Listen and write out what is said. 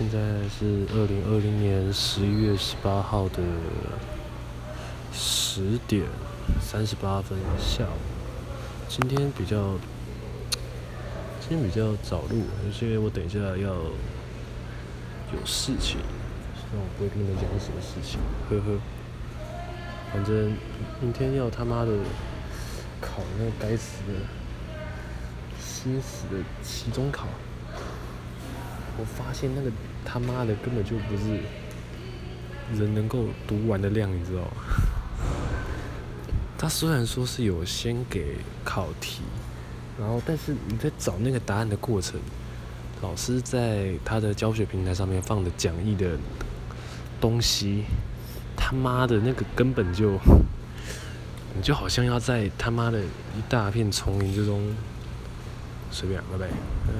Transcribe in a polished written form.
现在是2020年11月18号的10:38下午。今天比较早录，因为我等一下要有事情，虽然我不会跟你们讲什么事情，呵呵。反正明天要他妈的考那个该死的新死的期中考。我发现那个他妈的根本就不是人能够读完的量，你知道吗？他虽然说是有先给考题，然后但是你在找那个答案的过程，老师在他的教学平台上面放的讲义的东西，他妈的那个根本就，你就好像要在他妈的一大片丛林之中，随便拜拜。